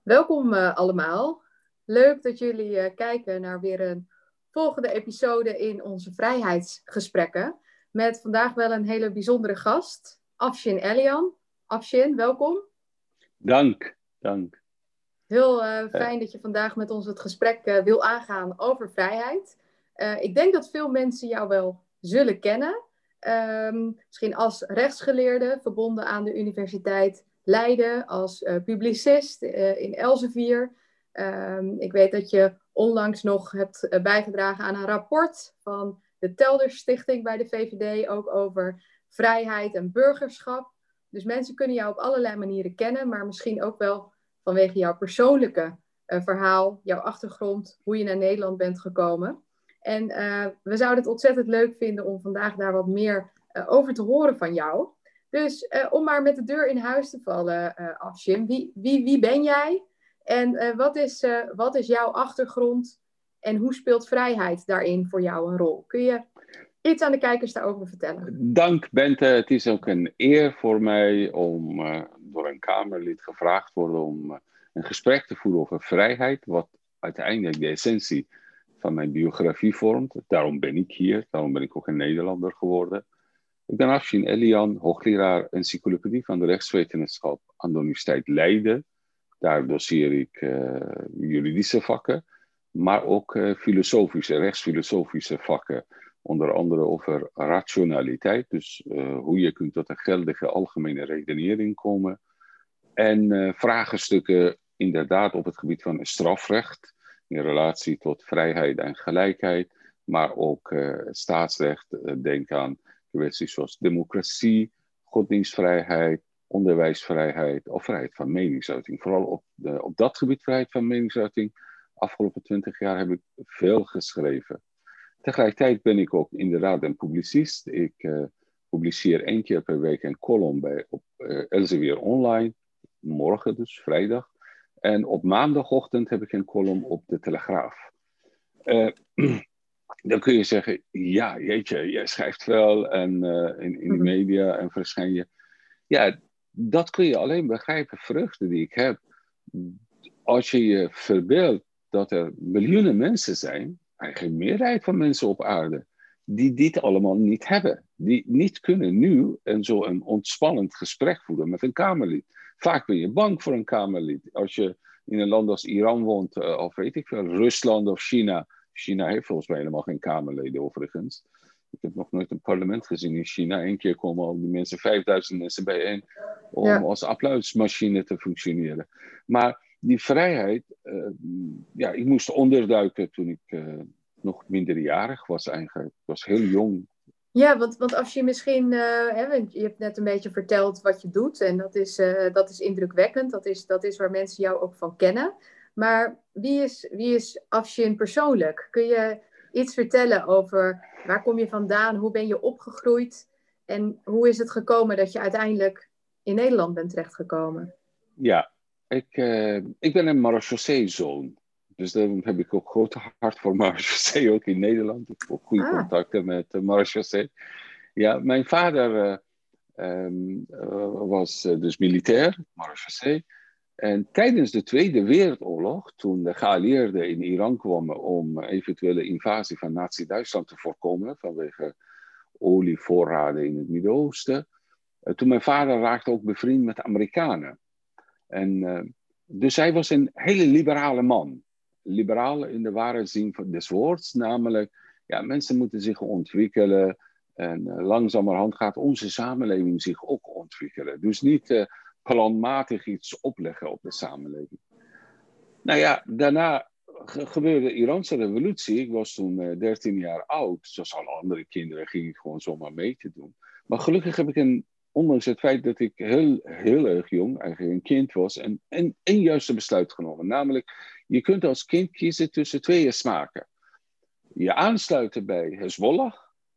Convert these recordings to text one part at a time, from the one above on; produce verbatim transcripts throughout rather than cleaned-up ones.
Welkom uh, allemaal. Leuk dat jullie uh, kijken naar weer een volgende episode in onze vrijheidsgesprekken. Met vandaag wel een hele bijzondere gast, Afshin Elian. Afshin, welkom. Dank, dank. Heel uh, fijn uh, dat je vandaag met ons het gesprek uh, wil aangaan over vrijheid. Uh, ik denk dat veel mensen jou wel zullen kennen. Um, misschien als rechtsgeleerde, verbonden aan de Universiteit Leiden, als uh, publicist uh, in Elsevier. Um, ik weet dat je onlangs nog hebt uh, bijgedragen aan een rapport van de Telders Stichting bij de V V D, ook over vrijheid en burgerschap. Dus mensen kunnen jou op allerlei manieren kennen, maar misschien ook wel vanwege jouw persoonlijke uh, verhaal, jouw achtergrond, hoe je naar Nederland bent gekomen. En uh, we zouden het ontzettend leuk vinden om vandaag daar wat meer uh, over te horen van jou. Dus uh, om maar met de deur in huis te vallen, uh, Afshin, wie, wie, wie ben jij? En uh, wat, is, uh, wat is jouw achtergrond? En hoe speelt vrijheid daarin voor jou een rol? Kun je iets aan de kijkers daarover vertellen? Dank, Bente. Het is ook een eer voor mij om uh, door een Kamerlid gevraagd te worden om uh, een gesprek te voeren over vrijheid, wat uiteindelijk de essentie van mijn biografie vormt. Daarom ben ik hier, daarom ben ik ook een Nederlander geworden. Ik ben Afshin Elian, hoogleraar encyclopedie van de rechtswetenschap aan de Universiteit Leiden. Daar doseer ik uh, juridische vakken, maar ook uh, filosofische, rechtsfilosofische vakken. Onder andere over rationaliteit, dus uh, hoe je kunt tot een geldige algemene redenering komen. En uh, vraagstukken inderdaad op het gebied van strafrecht, in relatie tot vrijheid en gelijkheid, maar ook uh, staatsrecht. Uh, denk aan kwesties zoals democratie, godsdienstvrijheid, onderwijsvrijheid of vrijheid van meningsuiting. Vooral op, de, op dat gebied vrijheid van meningsuiting. Afgelopen twintig jaar heb ik veel geschreven. Tegelijkertijd ben ik ook inderdaad een publicist. Ik uh, publiceer één keer per week een column bij, op uh, Elsevier Online. Morgen dus, vrijdag. En op maandagochtend heb ik een column op de Telegraaf. Uh, dan kun je zeggen, ja, jeetje, jij schrijft wel en uh, in, in de media en verschijn je. Ja, dat kun je alleen begrijpen, vruchten die ik heb. Als je je verbeeldt dat er miljoenen mensen zijn, eigenlijk een meerderheid van mensen op aarde, die dit allemaal niet hebben. Die niet kunnen nu een zo'n ontspannend gesprek voeren met een Kamerlid. Vaak ben je bang voor een Kamerlid. Als je in een land als Iran woont, uh, of weet ik veel, Rusland of China. China heeft volgens mij helemaal geen Kamerleden overigens. Ik heb nog nooit een parlement gezien in China. Eén keer komen al die mensen, vijfduizend mensen bijeen, om ja. als applausmachine te functioneren. Maar die vrijheid, uh, ja, ik moest onderduiken toen ik uh, nog minderjarig was eigenlijk. Ik was heel jong. Ja, want, want als je misschien, uh, hè, je hebt net een beetje verteld wat je doet en dat is, uh, dat is indrukwekkend. Dat is, dat is waar mensen jou ook van kennen. Maar wie is, wie is Afshin persoonlijk? Kun je iets vertellen over waar kom je vandaan? Hoe ben je opgegroeid? En hoe is het gekomen dat je uiteindelijk in Nederland bent terechtgekomen? Ja, ik, uh, ik ben een marechaussee-zoon. Dus daarom heb ik ook groot hart voor marechaussee, ook in Nederland. Ik heb ook goede ah. contacten met uh, marechaussee. Ja, mijn vader uh, um, uh, was uh, dus militair, marechaussee. En tijdens de Tweede Wereldoorlog, toen de geallieerden in Iran kwamen om eventuele invasie van Nazi-Duitsland te voorkomen, vanwege olievoorraden in het Midden-Oosten, uh, toen mijn vader raakte ook bevriend met de Amerikanen. En, uh, dus hij was een hele liberale man. Liberaal in de ware zin van des woords, namelijk, ja, mensen moeten zich ontwikkelen en uh, langzamerhand gaat onze samenleving zich ook ontwikkelen. Dus niet uh, planmatig iets opleggen op de samenleving. Nou ja, daarna ge- gebeurde de Iraanse revolutie. Ik was toen uh, dertien jaar oud. Zoals alle andere kinderen ging ik gewoon zomaar mee te doen. Maar gelukkig heb ik een ondanks het feit dat ik heel, heel erg jong, eigenlijk een kind was, een, een, een juiste besluit genomen. Namelijk, je kunt als kind kiezen tussen twee smaken. Je aansluiten bij Hezbollah.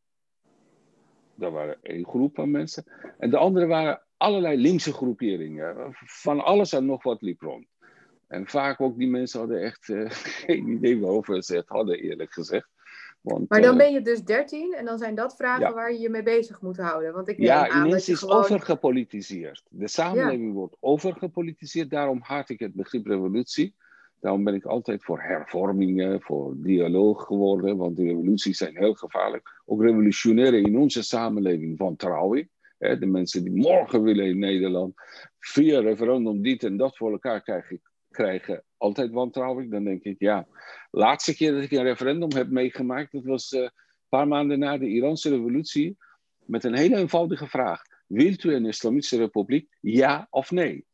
Dat waren één groep van mensen. En de andere waren allerlei linkse groeperingen. Van alles en nog wat liep rond. En vaak ook die mensen hadden echt uh, geen idee waarover ze het hadden, eerlijk gezegd. Want, Maar dan uh, ben je dus dertien en dan zijn dat vragen ja. waar je je mee bezig moet houden. Want ik neem Ja, aan dat ineens je is gewoon... overgepolitiseerd. De Ja, samenleving wordt overgepolitiseerd. Daarom haat ik het begrip revolutie. Daarom ben ik altijd voor hervormingen, voor dialoog geworden. Want de revoluties zijn heel gevaarlijk. Ook revolutionairen in onze samenleving wantrouw ik. Hè, de mensen die morgen willen in Nederland via referendum dit en dat voor elkaar krijgen, krijgen altijd wantrouw ik. Dan denk ik, ja, de laatste keer dat ik een referendum heb meegemaakt, dat was uh, een paar maanden na de Iraanse revolutie. Met een hele eenvoudige vraag. Wilt u een islamitische republiek? Ja of nee?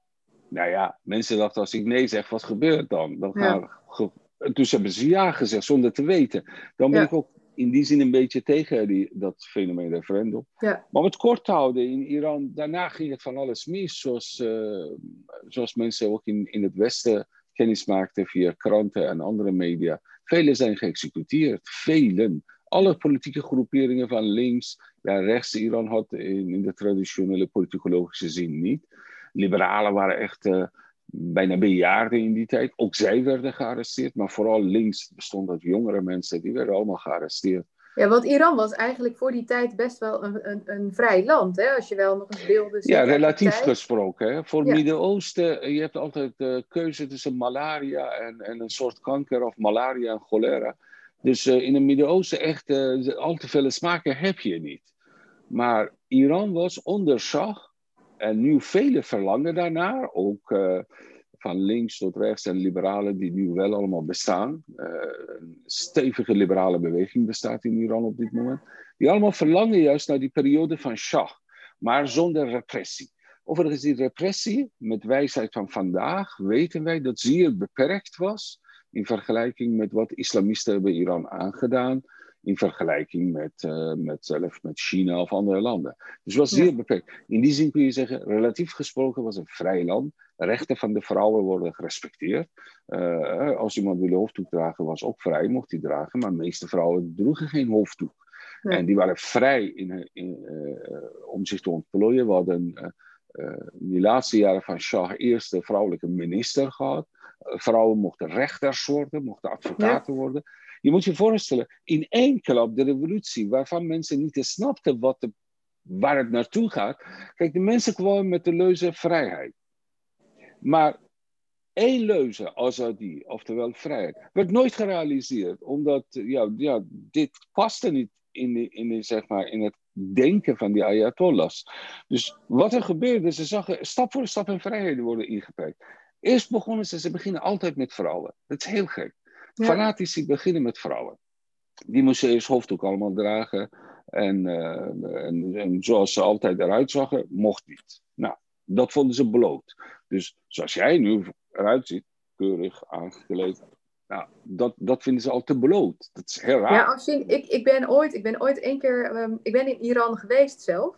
Nou ja, mensen dachten als ik nee zeg, wat gebeurt dan? dan gaan, ja, dus hebben ze ja gezegd zonder te weten. Dan ben ik ja, ook in die zin een beetje tegen die, dat fenomeen referendum. ja. Maar om het kort te houden, in Iran, daarna ging het van alles mis. Zoals, uh, zoals mensen ook in, in het Westen kennis maakten via kranten en andere media. Velen zijn geëxecuteerd, velen. Alle politieke groeperingen van links, ja, rechts Iran had in, in de traditionele politicologische zin niet. Liberalen waren echt uh, bijna bejaarden in die tijd. Ook zij werden gearresteerd, maar vooral links bestond uit jongere mensen, die werden allemaal gearresteerd. Ja, want Iran was eigenlijk voor die tijd best wel een, een, een vrij land, hè? Als je wel nog eens beelden ziet Ja, uit die relatief tijd. gesproken. Hè? Voor het Ja, Midden-Oosten, je hebt altijd de keuze tussen malaria en, en een soort kanker of malaria en cholera. Dus uh, in het Midden-Oosten echt uh, al te veel smaken heb je niet. Maar Iran was onder Shah en nu vele verlangen daarnaar, ook uh, van links tot rechts en liberalen die nu wel allemaal bestaan. Uh, een stevige liberale beweging bestaat in Iran op dit moment. Die allemaal verlangen juist naar die periode van Shah, maar zonder repressie. Overigens, die repressie, met wijsheid van vandaag, weten wij dat zeer beperkt was in vergelijking met wat islamisten hebben Iran aangedaan, in vergelijking met, uh, met zelfs met China of andere landen. Dus het was zeer ja, beperkt. In die zin kun je zeggen, relatief gesproken was het een vrij land. De rechten van de vrouwen worden gerespecteerd. Uh, als iemand wilde hoofddoek dragen, was ook vrij, mocht hij dragen. Maar de meeste vrouwen droegen geen hoofddoek. nee. En die waren vrij in, in, uh, om zich te ontplooien. We hadden uh, uh, in die laatste jaren van Shah eerst de vrouwelijke minister gehad. Uh, vrouwen mochten rechters worden, mochten advocaten Ja. worden. Je moet je voorstellen, in één klap de revolutie, waarvan mensen niet eens snapten wat de, waar het naartoe gaat. Kijk, de mensen kwamen met de leuze vrijheid. Maar één leuze, Azadi, oftewel vrijheid, werd nooit gerealiseerd. Omdat, ja, ja dit paste niet in, de, in, de, zeg maar, in het denken van die Ayatollahs. Dus wat er gebeurde, ze zagen stap voor stap hun vrijheden worden ingeperkt. Eerst begonnen ze, ze beginnen altijd met vrouwen. Dat is heel gek. Ja. Fanatici beginnen met vrouwen. Die moesten eerst hoofddoek allemaal dragen. En, uh, en, en zoals ze altijd eruit zagen, mocht niet. Nou, dat vonden ze bloot. Dus zoals jij nu eruit ziet, keurig aangekleed. Nou, dat, dat vinden ze al te bloot. Dat is heel raar. Ja, Afshin, ik, ik ben ooit, ik ben ooit één keer, um, ik ben in Iran geweest zelf.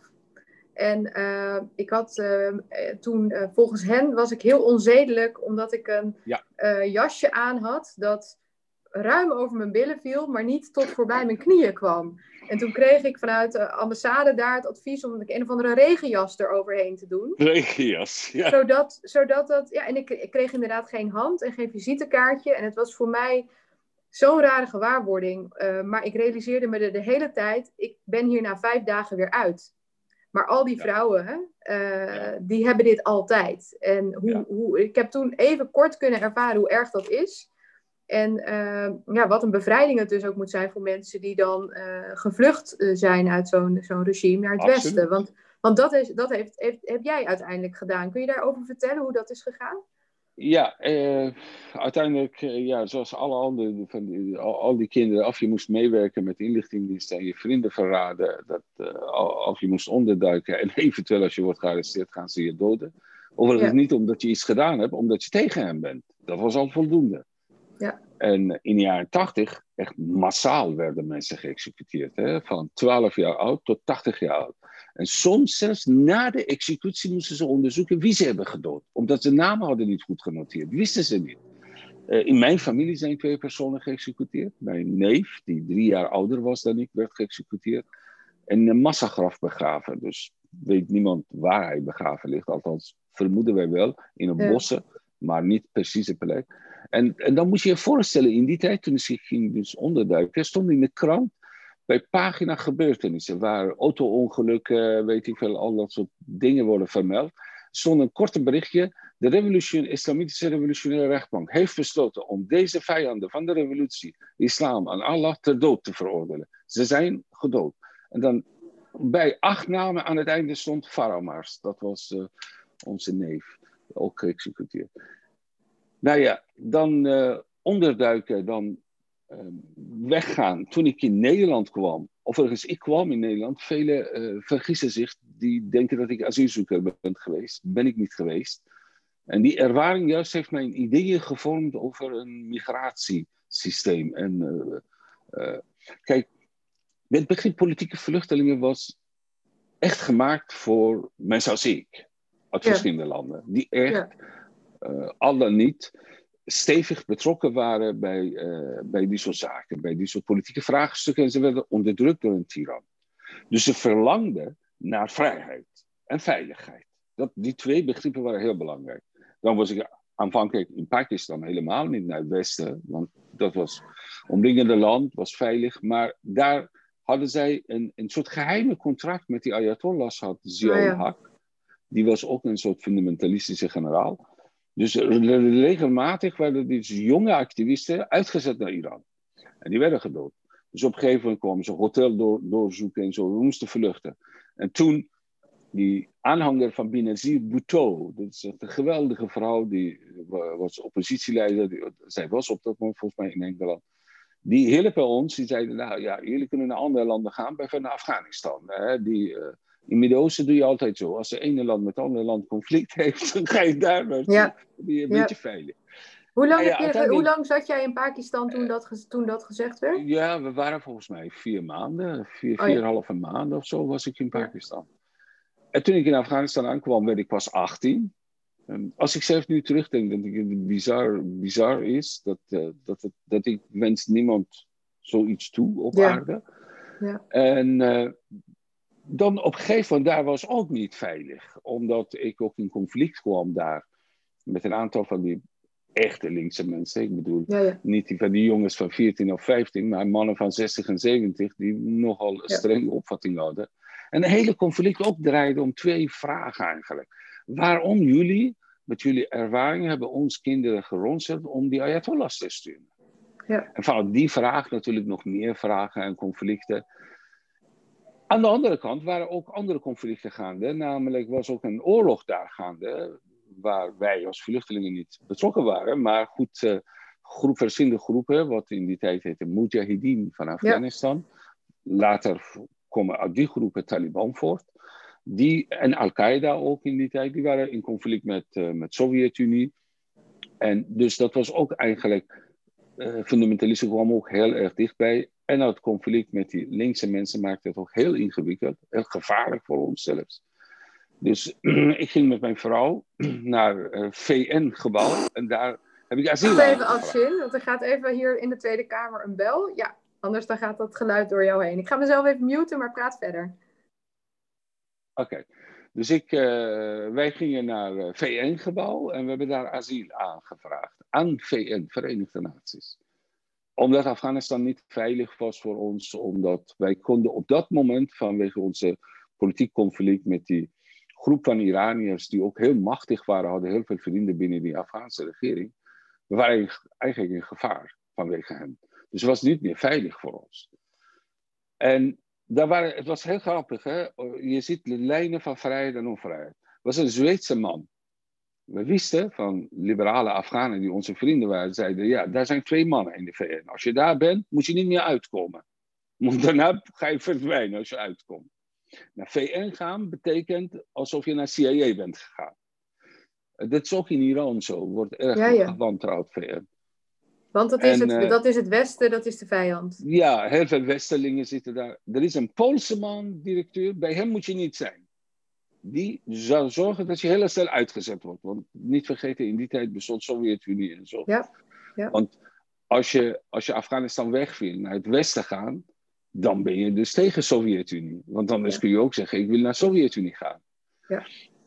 En uh, ik had uh, toen, uh, volgens hen was ik heel onzedelijk, omdat ik een Ja. uh, jasje aan had dat ruim over mijn billen viel, maar niet tot voorbij mijn knieën kwam. En toen kreeg ik vanuit de ambassade daar het advies om een of andere regenjas eroverheen te doen. Regenjas, ja. Zodat, zodat dat, ja, en ik, ik kreeg inderdaad geen hand en geen visitekaartje. En het was voor mij zo'n rare gewaarwording. Uh, maar ik realiseerde me de, de hele tijd, ik ben hier na vijf dagen weer uit. Maar al die vrouwen, hè, uh, ja. die hebben dit altijd. En hoe, ja. hoe, ik heb toen even kort kunnen ervaren hoe erg dat is. En uh, ja, wat een bevrijding het dus ook moet zijn voor mensen die dan uh, gevlucht zijn uit zo'n, zo'n regime naar het Absoluut. Westen. Want, want dat, is, dat heeft, heeft, heb jij uiteindelijk gedaan. Kun je daarover vertellen hoe dat is gegaan? Ja, uh, uiteindelijk, uh, ja, zoals alle andere, van die, al, al die kinderen, of je moest meewerken met inlichtingendiensten en je vrienden verraden, dat, uh, of je moest onderduiken en eventueel als je wordt gearresteerd gaan ze je doden. Overigens ja. niet omdat je iets gedaan hebt, omdat je tegen hen bent. Dat was al voldoende. Ja. En in de jaren tachtig, echt massaal werden mensen geëxecuteerd. Hè? Van twaalf jaar oud tot tachtig jaar oud. En soms zelfs na de executie moesten ze onderzoeken wie ze hebben gedood. Omdat ze namen hadden niet goed genoteerd. Wisten ze niet. Uh, in mijn familie zijn twee personen geëxecuteerd. Mijn neef, die drie jaar ouder was dan ik, werd geëxecuteerd. En een massagraf begraven. Dus weet niemand waar hij begraven ligt. Althans, vermoeden wij wel. In een ja. bossen, maar niet precieze plek. En, en dan moet je je voorstellen, in die tijd, toen ik ging dus onderduiken, stond in de krant bij pagina gebeurtenissen, waar auto-ongelukken, weet ik veel, al dat soort dingen worden vermeld, stond een korte berichtje. De revolution, Islamitische Revolutionaire Rechtbank heeft besloten om deze vijanden van de revolutie, islam en Allah, ter dood te veroordelen. Ze zijn gedood. En dan bij acht namen aan het einde stond Faramars. Dat was uh, onze neef, ook geëxecuteerd. Nou ja, dan uh, onderduiken, dan uh, weggaan. Toen ik in Nederland kwam, overigens, ik kwam in Nederland. Velen uh, vergissen zich, die denken dat ik asielzoeker ben geweest. Ben ik niet geweest. En die ervaring juist heeft mijn ideeën gevormd over een migratiesysteem. En uh, uh, kijk, het begrip politieke vluchtelingen was echt gemaakt voor mensen als ik. Uit ja. verschillende landen. Die echt, ja. uh, al dan niet, stevig betrokken waren bij, uh, bij die soort zaken. Bij die soort politieke vraagstukken. En ze werden onderdrukt door een tiran. Dus ze verlangden naar vrijheid en veiligheid. Dat, die twee begrippen waren heel belangrijk. Dan was ik aanvankelijk in Pakistan helemaal niet naar het westen. Want dat was omringende land, was veilig. Maar daar hadden zij een, een soort geheime contract met die Ayatollahs had, Zia-ul Haq. Die was ook een soort fundamentalistische generaal. Dus regelmatig werden die jonge activisten uitgezet naar Iran. En die werden gedood. Dus op een gegeven moment kwamen ze een hotel door, doorzoeken en zo. We moesten vluchten. En toen, die aanhanger van Benazir Bhutto, dat is een geweldige vrouw, die was oppositieleider. Die, zij was op dat moment volgens mij in Engeland. Die hielpen ons, die zeiden, nou ja, jullie kunnen naar andere landen gaan, bijvoorbeeld naar Afghanistan. Hè? Die, uh, in het Midden-Oosten doe je altijd zo. Als de ene land met het andere land conflict heeft, dan ga je daar naartoe. Ja. Dan ben je een ja. beetje veilig. Hoe lang, ja, je, hoe lang zat jij in Pakistan toen dat, toen dat gezegd werd? Ja, we waren volgens mij vier maanden, vier, oh, ja. vier halve maanden of zo was ik in Pakistan. Ja. En toen ik in Afghanistan aankwam, werd ik pas achttien. En als ik zelf nu terugdenk, dat het bizar, bizar is, dat, uh, dat, het, dat ik wens niemand zoiets toe op ja. aarde. Ja. En uh, dan op een gegeven moment, daar was ook niet veilig. Omdat ik ook in conflict kwam daar met een aantal van die echte linkse mensen. Ik bedoel, ja, ja. niet die van die jongens van veertien of vijftien, maar mannen van zestig en zeventig die nogal een ja. strenge opvatting hadden. En het hele conflict ook draaide om twee vragen eigenlijk. Waarom jullie, met jullie ervaring, hebben ons kinderen geronseld om die Ayatollahs te steunen? Ja. En vanuit die vraag natuurlijk nog meer vragen en conflicten. Aan de andere kant waren ook andere conflicten gaande. Namelijk was ook een oorlog daar gaande, waar wij als vluchtelingen niet betrokken waren. Maar goed, uh, groep, verschillende groepen, wat in die tijd heette Mujahideen van Afghanistan. Ja. Later komen uit die groepen Taliban voort. Die, en Al-Qaeda ook in die tijd, die waren in conflict met de uh, met Sovjet-Unie. En dus dat was ook eigenlijk, uh, fundamentalisten kwamen ook heel erg dichtbij. En het conflict met die linkse mensen maakte het ook heel ingewikkeld, heel gevaarlijk voor ons zelfs. Dus ik ging met mijn vrouw naar het uh, V N-gebouw en daar heb ik asiel aangevraagd. Even afzien, want er gaat even hier in de Tweede Kamer een bel. Ja, anders dan gaat dat geluid door jou heen. Ik ga mezelf even muten, maar praat verder. Oké, okay. Dus ik, uh, wij gingen naar het V N-gebouw en we hebben daar asiel aangevraagd. Aan V N, Verenigde Naties. Omdat Afghanistan niet veilig was voor ons, omdat wij konden op dat moment vanwege onze politiek conflict met die groep van Iraniërs die ook heel machtig waren, hadden heel veel vrienden binnen die Afghaanse regering. We waren eigenlijk in gevaar vanwege hen. Dus het was niet meer veilig voor ons. En daar waren, het was heel grappig, hè? Je ziet de lijnen van vrijheid en onvrijheid. Het was een Zweedse man. We wisten van liberale Afghanen die onze vrienden waren, zeiden, ja, daar zijn twee mannen in de V N. Als je daar bent, moet je niet meer uitkomen. Want daarna ga je verdwijnen als je uitkomt. Naar V N gaan betekent alsof je naar C I A bent gegaan. Dat is ook in Iran zo. Wordt erg ja, ja. gewantrouwd, V N. Want dat is, en, het, uh, dat is het Westen, dat is de vijand. Ja, heel veel Westerlingen zitten daar. Er is een Poolse man, directeur. Bij hem moet je niet zijn. Die zou zorgen dat je heel snel uitgezet wordt. Want niet vergeten, in die tijd bestond Sovjet-Unie en zo. Ja, ja. Want als je, als je Afghanistan weg wil, naar het Westen gaan, dan ben je dus tegen Sovjet-Unie. Want anders ja. kun je ook zeggen, ik wil naar Sovjet-Unie gaan. Ja.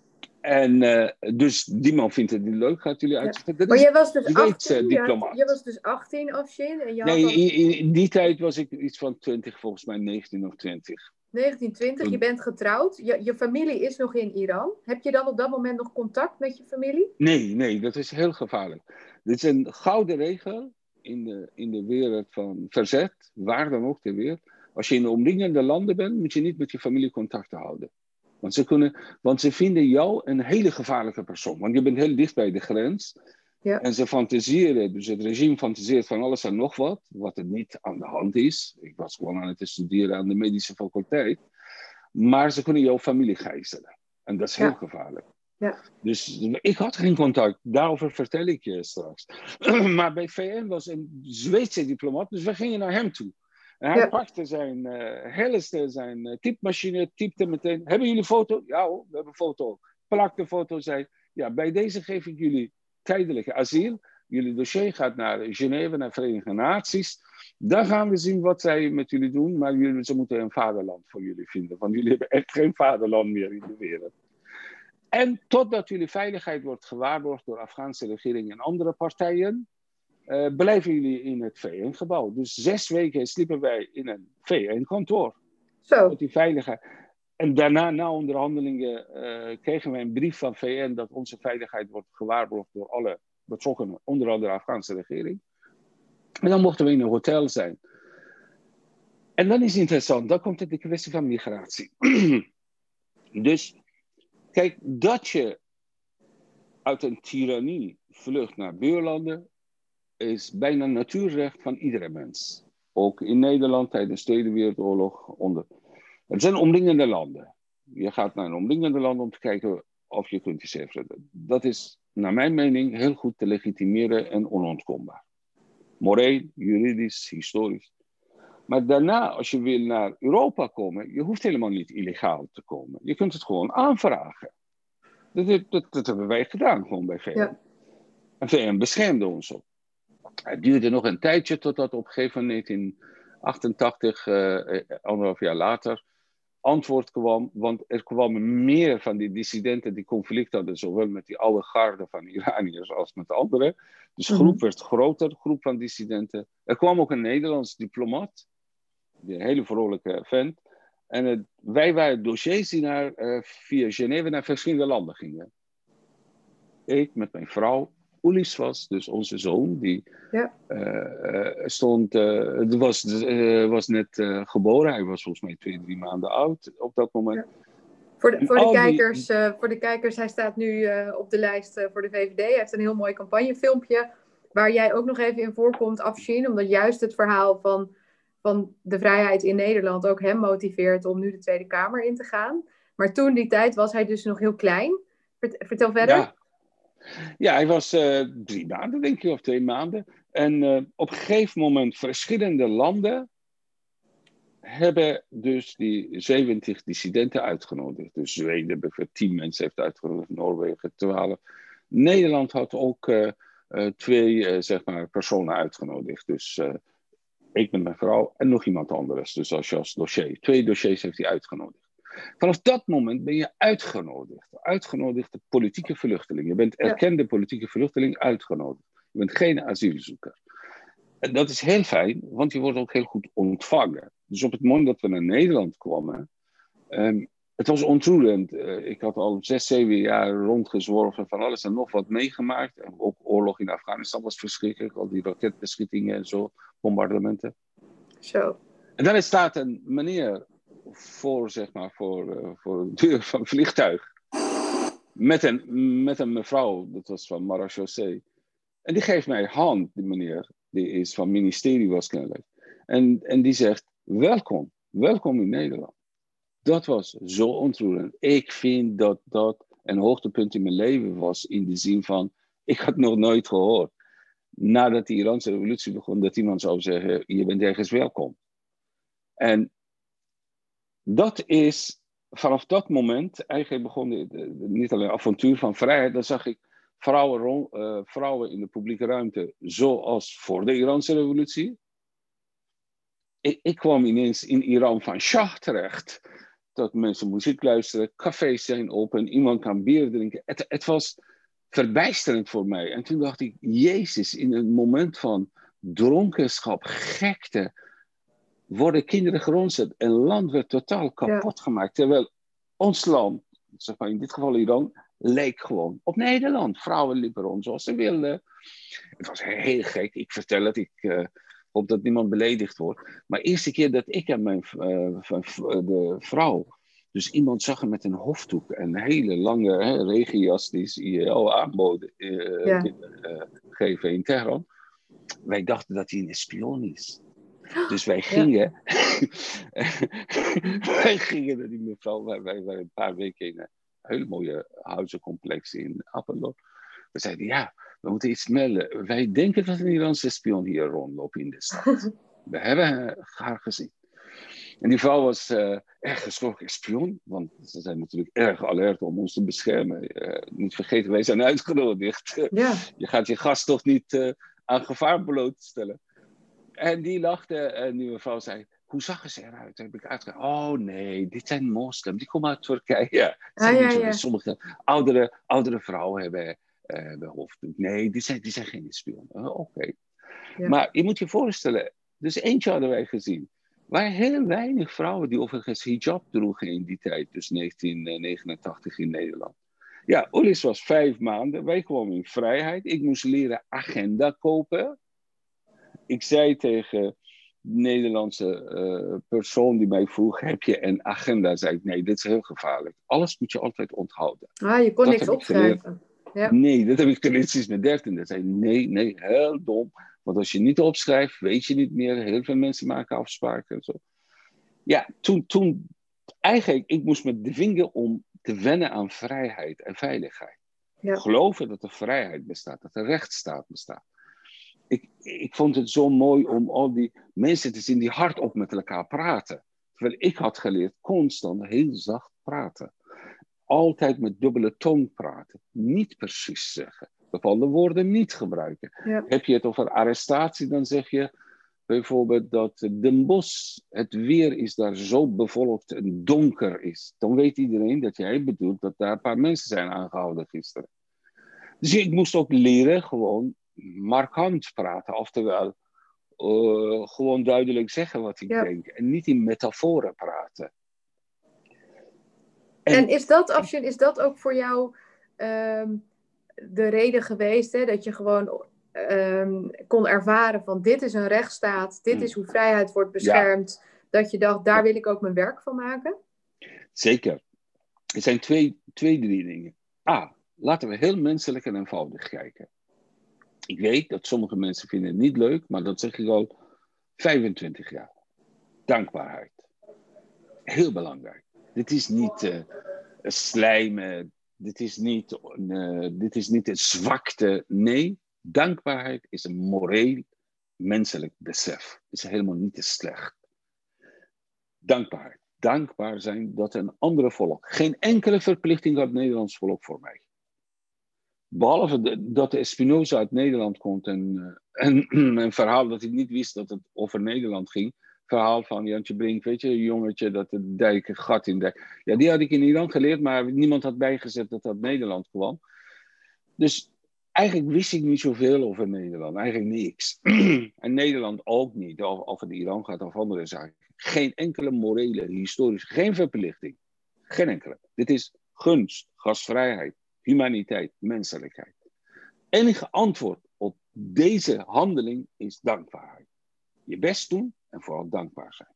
En uh, dus die man vindt het niet leuk, gaat jullie uitzetten. Ja. Maar jij was dus achttien, uh, je, je was dus achttien, Afshin, en je nee, had dan... in, in, in die tijd was ik iets van twintig, volgens mij negentien of twintig. negentien, twintig, Toen... je bent getrouwd. Je, je familie is nog in Iran. Heb je dan op dat moment nog contact met je familie? Nee, nee, dat is heel gevaarlijk. Dit is een gouden regel in de, in de wereld van verzet, waar dan ook ter wereld. Als je in de omringende landen bent, moet je niet met je familie contact houden. Want ze, kunnen, want ze vinden jou een hele gevaarlijke persoon. Want je bent heel dicht bij de grens. Ja. En ze fantaseren, dus het regime fantaseert van alles en nog wat, wat er niet aan de hand is. Ik was gewoon aan het studeren aan de medische faculteit. Maar ze kunnen jouw familie gijzelen. En dat is heel ja. gevaarlijk. Ja. Dus ik had geen contact, daarover vertel ik je straks. Maar bij V N was een Zweedse diplomaat, dus we gingen naar hem toe. En hij ja. pakte zijn uh, helleste, zijn uh, typemachine, typte meteen. Hebben jullie foto? Ja hoor, we hebben een foto. Plakte de foto, zei, ja, bij deze geef ik jullie tijdelijke asiel. Jullie dossier gaat naar Genève, naar de Verenigde Naties. Daar gaan we zien wat zij met jullie doen. Maar jullie, ze moeten een vaderland voor jullie vinden. Want jullie hebben echt geen vaderland meer in de wereld. En totdat jullie veiligheid wordt gewaarborgd door de Afghaanse regering en andere partijen, uh, blijven jullie in het V N-gebouw. Dus zes weken sliepen wij in een V N-kantoor. Zo. Tot die veiligheid. En daarna, na onderhandelingen, uh, kregen wij een brief van V N dat onze veiligheid wordt gewaarborgd door alle betrokkenen, onder andere de Afghaanse regering. En dan mochten we in een hotel zijn. En dan is het interessant, dan komt het de kwestie van migratie. Dus, kijk, dat je uit een tirannie vlucht naar buurlanden, is bijna natuurrecht van iedere mens. Ook in Nederland tijdens de Tweede Wereldoorlog. Onder. Het zijn omringende landen. Je gaat naar een omringende land om te kijken of je kunt jezelf redden. Dat is, naar mijn mening, heel goed te legitimeren en onontkoombaar. Moreel, juridisch, historisch. Maar daarna, als je wil naar Europa komen, je hoeft helemaal niet illegaal te komen. Je kunt het gewoon aanvragen. Dat, dat, dat hebben wij gedaan, gewoon bij V N. Ja. En V N beschermde ons op. Het duurde nog een tijdje totdat op een gegeven moment in negentien achtentachtig, uh, anderhalf jaar later, antwoord kwam. Want er kwamen meer van die dissidenten die conflict hadden, zowel met die oude garde van Iraniërs als met anderen. Dus de groep mm-hmm. werd groter, groep van dissidenten. Er kwam ook een Nederlands diplomaat, een hele vrolijke vent. En het, wij waren dossiers die naar, uh, via Genève naar verschillende landen gingen. Ik met mijn vrouw. Ulis was, dus onze zoon, die ja. uh, stond, uh, was, uh, was net uh, geboren. Hij was volgens mij twee, drie maanden oud op dat moment. Ja. Voor, de, voor, de kijkers, die... uh, voor de kijkers, hij staat nu uh, op de lijst uh, voor de V V D. Hij heeft een heel mooi campagnefilmpje waar jij ook nog even in voorkomt, Afshin, omdat juist het verhaal van, van de vrijheid in Nederland ook hem motiveert om nu de Tweede Kamer in te gaan. Maar toen die tijd was hij dus nog heel klein. Vertel verder. Ja. Ja, hij was uh, drie maanden, denk ik, of twee maanden. En uh, op een gegeven moment, verschillende landen hebben dus die zeventig dissidenten uitgenodigd. Dus Zweden bijvoorbeeld tien mensen heeft uitgenodigd, Noorwegen twaalf. Nederland had ook uh, uh, twee uh, zeg maar, personen uitgenodigd. Dus uh, ik met mijn vrouw en nog iemand anders. Dus als je als dossier. Twee dossiers heeft hij uitgenodigd. Vanaf dat moment ben je uitgenodigd. Uitgenodigde politieke vluchteling. Je bent erkende politieke vluchteling uitgenodigd. Je bent geen asielzoeker. En dat is heel fijn, want je wordt ook heel goed ontvangen. Dus op het moment dat we naar Nederland kwamen, um, het was ontroerend. Uh, ik had al zes, zeven jaar rondgezworven van alles en nog wat meegemaakt. En ook oorlog in Afghanistan was verschrikkelijk. Al die raketbeschietingen en zo, bombardementen. Zo. En dan staat een meneer voor, zeg maar, voor, uh, voor de deur van het vliegtuig. Met een, met een mevrouw, dat was van Marechaussee. En die geeft mij hand, die meneer. Die is van het ministerie waarschijnlijk. En, en die zegt, welkom, welkom in Nederland. Dat was zo ontroerend. Ik vind dat dat een hoogtepunt in mijn leven was. In de zin van, ik had nog nooit gehoord. Nadat de Iraanse revolutie begon, dat iemand zou zeggen, je bent ergens welkom. En dat is, vanaf dat moment, eigenlijk begon de, de, de, niet alleen avontuur van vrijheid. Dan zag ik vrouwen, rond, uh, vrouwen in de publieke ruimte, zoals voor de Iraanse revolutie. Ik, ik kwam ineens in Iran van Shah terecht. dat mensen muziek luisteren, cafés zijn open, iemand kan bier drinken. Het, het was verbijsterend voor mij. En toen dacht ik, Jezus, in een moment van dronkenschap, gekte, worden kinderen geronseld. Een land werd totaal kapot ja. gemaakt. Terwijl ons land, zeg maar in dit geval Iran, leek gewoon op Nederland. Vrouwen liepen rond zoals ze wilden. Het was heel gek. Ik vertel het, ik uh, hoop dat niemand beledigd wordt. Maar de eerste keer dat ik en mijn uh, de vrouw, dus iemand zag hem met een hoofddoek en een hele lange hè, regenjas die ze I L aanboden uh, ja. uh, geven in Teheran. Wij dachten dat hij een spion is. Dus wij gingen, ja. wij gingen naar die mevrouw, wij waren een paar weken in een hele mooie huizencomplex in Apeldoorn. We zeiden, ja, we moeten iets melden. Wij denken dat een Iraanse spion hier rondloopt in de stad. We hebben haar gezien. En die vrouw was uh, erg geschrokken, spion, want ze zijn natuurlijk erg alert om ons te beschermen. Uh, niet vergeten, wij zijn uitgenodigd. Ja. Je gaat je gast toch niet uh, aan gevaar blootstellen. En die lachte en die mevrouw zei, hoe zag ze eruit? Heb ik uitgelegd. Oh nee, dit zijn moslims, die komen uit Turkije. Ja, ah, ja, ja. Sommige oudere, oudere vrouwen hebben, uh, hebben hoofddoek. Nee, die zijn, die zijn geen spion. Uh, Oké. Okay. Ja. Maar je moet je voorstellen, dus eentje hadden wij gezien. Er waren heel weinig vrouwen die overigens hijab droegen in die tijd, dus negentien negenentachtig in Nederland. Ja, Ulis was vijf maanden, wij kwamen in vrijheid. Ik moest leren agenda kopen. Ik zei tegen de Nederlandse uh, persoon die mij vroeg, heb je een agenda? Zei ik, nee, dit is heel gevaarlijk. Alles moet je altijd onthouden. Ah, je kon dat niks opschrijven. Ja. Nee, dat heb ik geleerd sinds mijn dertiende. Dat zei nee, nee, heel dom. Want als je niet opschrijft, weet je niet meer. Heel veel mensen maken afspraken en zo. Ja, toen, toen eigenlijk, ik moest me dwingen om te wennen aan vrijheid en veiligheid. Ja. Geloven dat er vrijheid bestaat, dat er rechtsstaat bestaat. Ik, ik vond het zo mooi om al die mensen te zien die hardop met elkaar praten. Terwijl ik had geleerd constant heel zacht praten. Altijd met dubbele toon praten. Niet precies zeggen. Bepaalde woorden niet gebruiken. Ja. Heb je het over arrestatie, dan zeg je bijvoorbeeld dat Den Bosch, het weer is daar zo bevolkt en donker is. Dan weet iedereen dat jij bedoelt dat daar een paar mensen zijn aangehouden gisteren. Dus ik moest ook leren gewoon markant praten. Oftewel, uh, gewoon duidelijk zeggen wat ik ja. denk. En niet in metaforen praten. En, en is dat, Afshin, is dat ook voor jou um, de reden geweest, hè, dat je gewoon um, kon ervaren van dit is een rechtsstaat, dit is hoe vrijheid wordt beschermd, ja. dat je dacht, daar wil ik ook mijn werk van maken? Zeker. Er zijn twee, twee, drie dingen. A, laten we heel menselijk en eenvoudig kijken. Ik weet dat sommige mensen vinden het niet leuk, maar dat zeg ik al vijfentwintig jaar. Dankbaarheid. Heel belangrijk. Dit is niet uh, slijmen, dit is niet, uh, dit is niet een zwakte. Nee, dankbaarheid is een moreel, menselijk besef. Het is helemaal niet te slecht. Dankbaarheid. Dankbaar zijn dat een andere volk, geen enkele verplichting had het Nederlands volk voor mij. Behalve de, dat de Espinosa uit Nederland komt en, uh, en een verhaal dat ik niet wist dat het over Nederland ging. Verhaal van Jantje Brink, weet je, een jongetje dat de dijk, een gat in de dijk. Ja, die had ik in Iran geleerd, maar niemand had bijgezet dat dat uit Nederland kwam. Dus eigenlijk wist ik niet zoveel over Nederland, eigenlijk niks. En Nederland ook niet, of, of het Iran gaat of andere zaken. Geen enkele morele, historische, geen verplichting. Geen enkele. Dit is gunst, gastvrijheid, humaniteit, menselijkheid. Enige antwoord op deze handeling is dankbaarheid. Je best doen en vooral dankbaar zijn.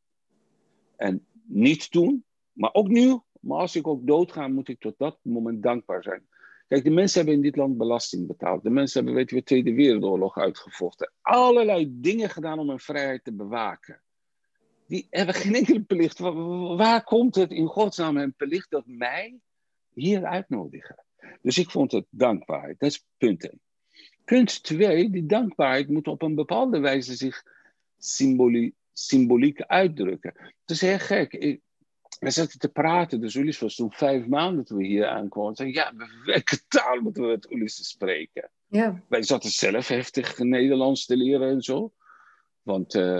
En niet doen, maar ook nu, maar als ik ook doodga, moet ik tot dat moment dankbaar zijn. Kijk, de mensen hebben in dit land belasting betaald. De mensen hebben, weten we, de Tweede Wereldoorlog uitgevochten. Allerlei dingen gedaan om hun vrijheid te bewaken. Die hebben geen enkele plicht. Waar, waar komt het in godsnaam en plicht dat mij hier uitnodigen? Dus ik vond het dankbaarheid. Dat is punt één. Punt twee, die dankbaarheid moet op een bepaalde wijze zich symboliek, symboliek uitdrukken. Het is heel gek. Ik, we zaten te praten, dus Ulis was toen vijf maanden toen we hier aankwamen. Zei, ja, welke taal moeten we met Ulis spreken? Ja. Wij zaten zelf heftig Nederlands te leren en zo. Want uh,